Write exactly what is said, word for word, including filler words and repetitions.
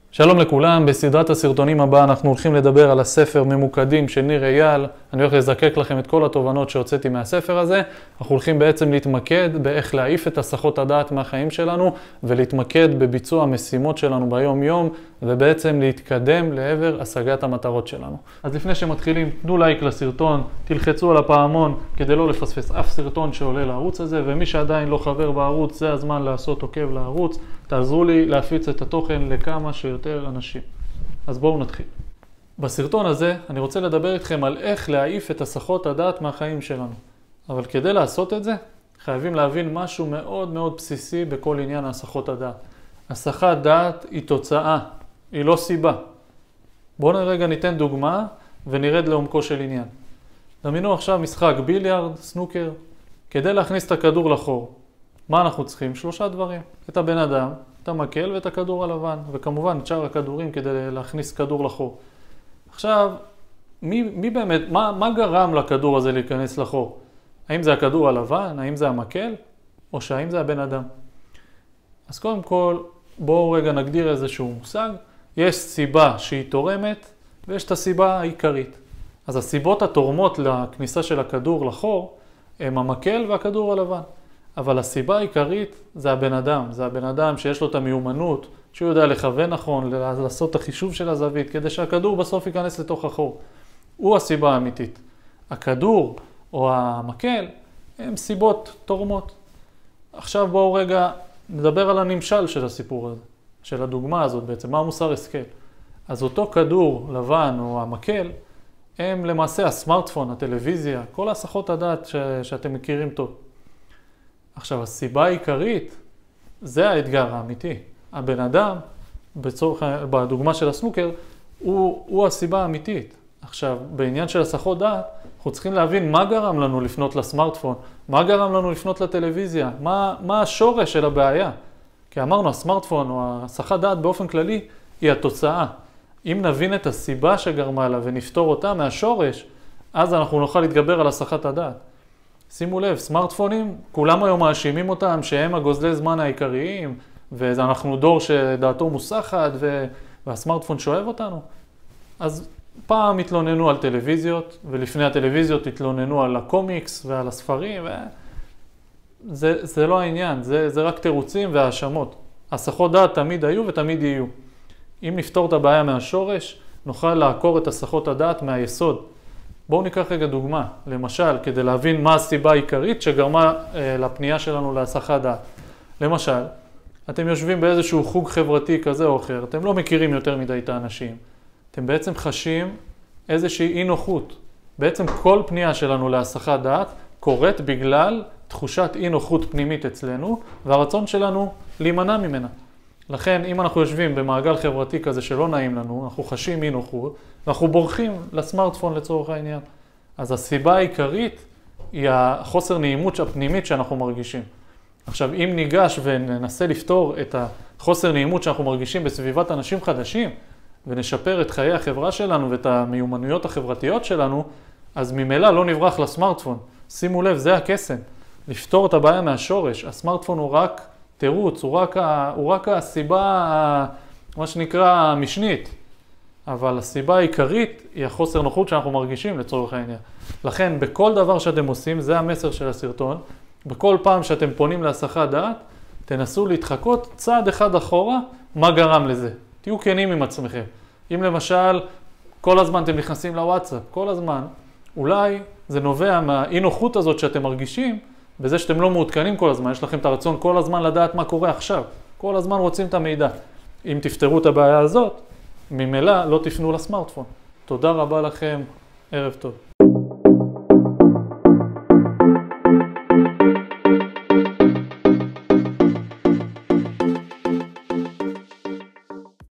שלום לכולם, בסדרת הסרטונים הבאה אנחנו הולכים לדבר על הספר ממוקדים של ניר אייל. אני הולך לזקק לכם את כל התובנות שהוצאתי מהספר הזה. אנחנו הולכים בעצם להתמקד באיך להעיף את הסחות הדעת מהחיים שלנו ולהתמקד בביצוע המשימות שלנו ביום יום ובעצם להתקדם לעבר השגת המטרות שלנו. אז לפני שמתחילים, תנו לייק לסרטון, תלחצו על הפעמון כדי לא לפספס אף סרטון שעולה לערוץ הזה, ומי שעדיין לא חבר בערוץ, זה הזמן לעשות עוקב לערוץ. תעזרו לי להפיץ את התוכן לכמה שיותר אנשים. אז בואו נתחיל. בסרטון הזה אני רוצה לדבר איתכם על איך להעיף את הסחות הדעת מהחיים שלנו. אבל כדי לעשות את זה, חייבים להבין משהו מאוד מאוד בסיסי בכל עניין הסחות הדעת. הסחת דעת היא תוצאה, היא לא סיבה. בואו רגע ניתן דוגמה ונרד לעומקו של עניין. דמיינו עכשיו משחק ביליארד, סנוקר. כדי להכניס את הכדור לחור, מה אנחנו צריכים? שלושה דברים. את הבן אדם, את המקל ואת הכדור הלבן, וכמובן את שאר הכדורים כדי להכניס כדור לחור. עכשיו, מי, מי באמת, מה, מה גרם לכדור הזה להיכנס לחור? האם זה הכדור הלבן, האם זה המקל, או שהאם זה הבן אדם? אז קודם כל, בואו רגע נגדיר איזשהו מושג. יש סיבה שהיא תורמת, ויש את הסיבה העיקרית. אז הסיבות התורמות לכניסה של הכדור לחור, הם המקל והכדור הלבן. אבל הסיבה העיקרית זה הבן אדם, זה הבן אדם שיש לו את המיומנות, שהוא יודע לכוון נכון, לעשות את החישוב של הזווית, כדי שהכדור בסוף ייכנס לתוך החור. הוא הסיבה האמיתית. הכדור או המקל הם סיבות תורמות. עכשיו בואו רגע נדבר על הנמשל של הסיפור הזה, של הדוגמה הזאת בעצם, מה המוסר השכל. אז אותו כדור לבן או המקל, הם למעשה הסמארטפון, הטלוויזיה, כל הסחות הדעת ש... שאתם מכירים טוב. עכשיו, הסיבה העיקרית, זה האתגר האמיתי. הבן אדם, בצורך, בדוגמה של הסנוקר, הוא, הוא הסיבה האמיתית. עכשיו, בעניין של הסחות דעת, אנחנו צריכים להבין מה גרם לנו לפנות לסמארטפון, מה גרם לנו לפנות לטלוויזיה, מה, מה השורש של הבעיה. כי אמרנו, הסמארטפון או הסחת דעת באופן כללי היא התוצאה. אם נבין את הסיבה שגרמה לה ונפתור אותה מהשורש, אז אנחנו נוכל להתגבר על הסחת הדעת. שימו לב, סמארטפונים, כולם היום מאשימים אותם שהם הגוזלי זמן העיקריים, ואנחנו דור שדעתו מוסחת והסמארטפון שואב אותנו. אז פעם התלוננו על טלוויזיות, ולפני הטלוויזיות התלוננו על הקומיקס ועל הספרים, זה, זה לא העניין, זה, זה רק תירוצים והאשמות. הסחות דעת תמיד היו ותמיד יהיו. אם נפתור את הבעיה מהשורש, נוכל לעקור את הסחות הדעת מהיסוד. בואו ניקח רגע דוגמה, למשל, כדי להבין מה הסיבה העיקרית שגרמה אה, לפנייה שלנו להסחת דעת. למשל, אתם יושבים באיזשהו חוג חברתי כזה או אחר, אתם לא מכירים יותר מדי את האנשים, אתם בעצם חשים איזושהי אי נוחות. בעצם כל פנייה שלנו להסחת דעת קורית בגלל תחושת אי נוחות פנימית אצלנו, והרצון שלנו להימנע ממנה. לכן, אם אנחנו יושבים במעגל חברתי כזה שלא נעים לנו, אנחנו חשים אי נוחות, ואנחנו בורחים לסמארטפון לצורך העניין. אז הסיבה העיקרית היא החוסר נעימות הפנימית שאנחנו מרגישים. עכשיו, אם ניגש וננסה לפתור את החוסר נעימות שאנחנו מרגישים בסביבת אנשים חדשים, ונשפר את חיי החברה שלנו ואת המיומנויות החברתיות שלנו, אז ממילא לא נברח לסמארטפון. שימו לב, זה הקסם. לפתור את הבעיה מהשורש. הסמארטפון הוא רק תירוץ, הוא רק, הוא רק הסיבה, מה שנקרא, המשנית. אבל הסיבה העיקרית היא החוסר נוחות שאנחנו מרגישים לצורך העניין. לכן, בכל דבר שאתם עושים, זה המסר של הסרטון, בכל פעם שאתם פונים להסחת דעת, תנסו להתחקות צעד אחד אחורה, מה גרם לזה. תהיו כנים עם עצמכם. אם למשל, כל הזמן אתם נכנסים לוואטסאפ, כל הזמן, אולי זה נובע מהאי נוחות הזאת שאתם מרגישים, בזה שאתם לא מעודכנים כל הזמן, יש לכם את הרצון כל הזמן לדעת מה קורה עכשיו. כל הזמן רוצים את המידע. אם תפתרו את הבעיה הזאת, ממילא לא תפנו לסמארטפון. תודה רבה לכם, ערב טוב.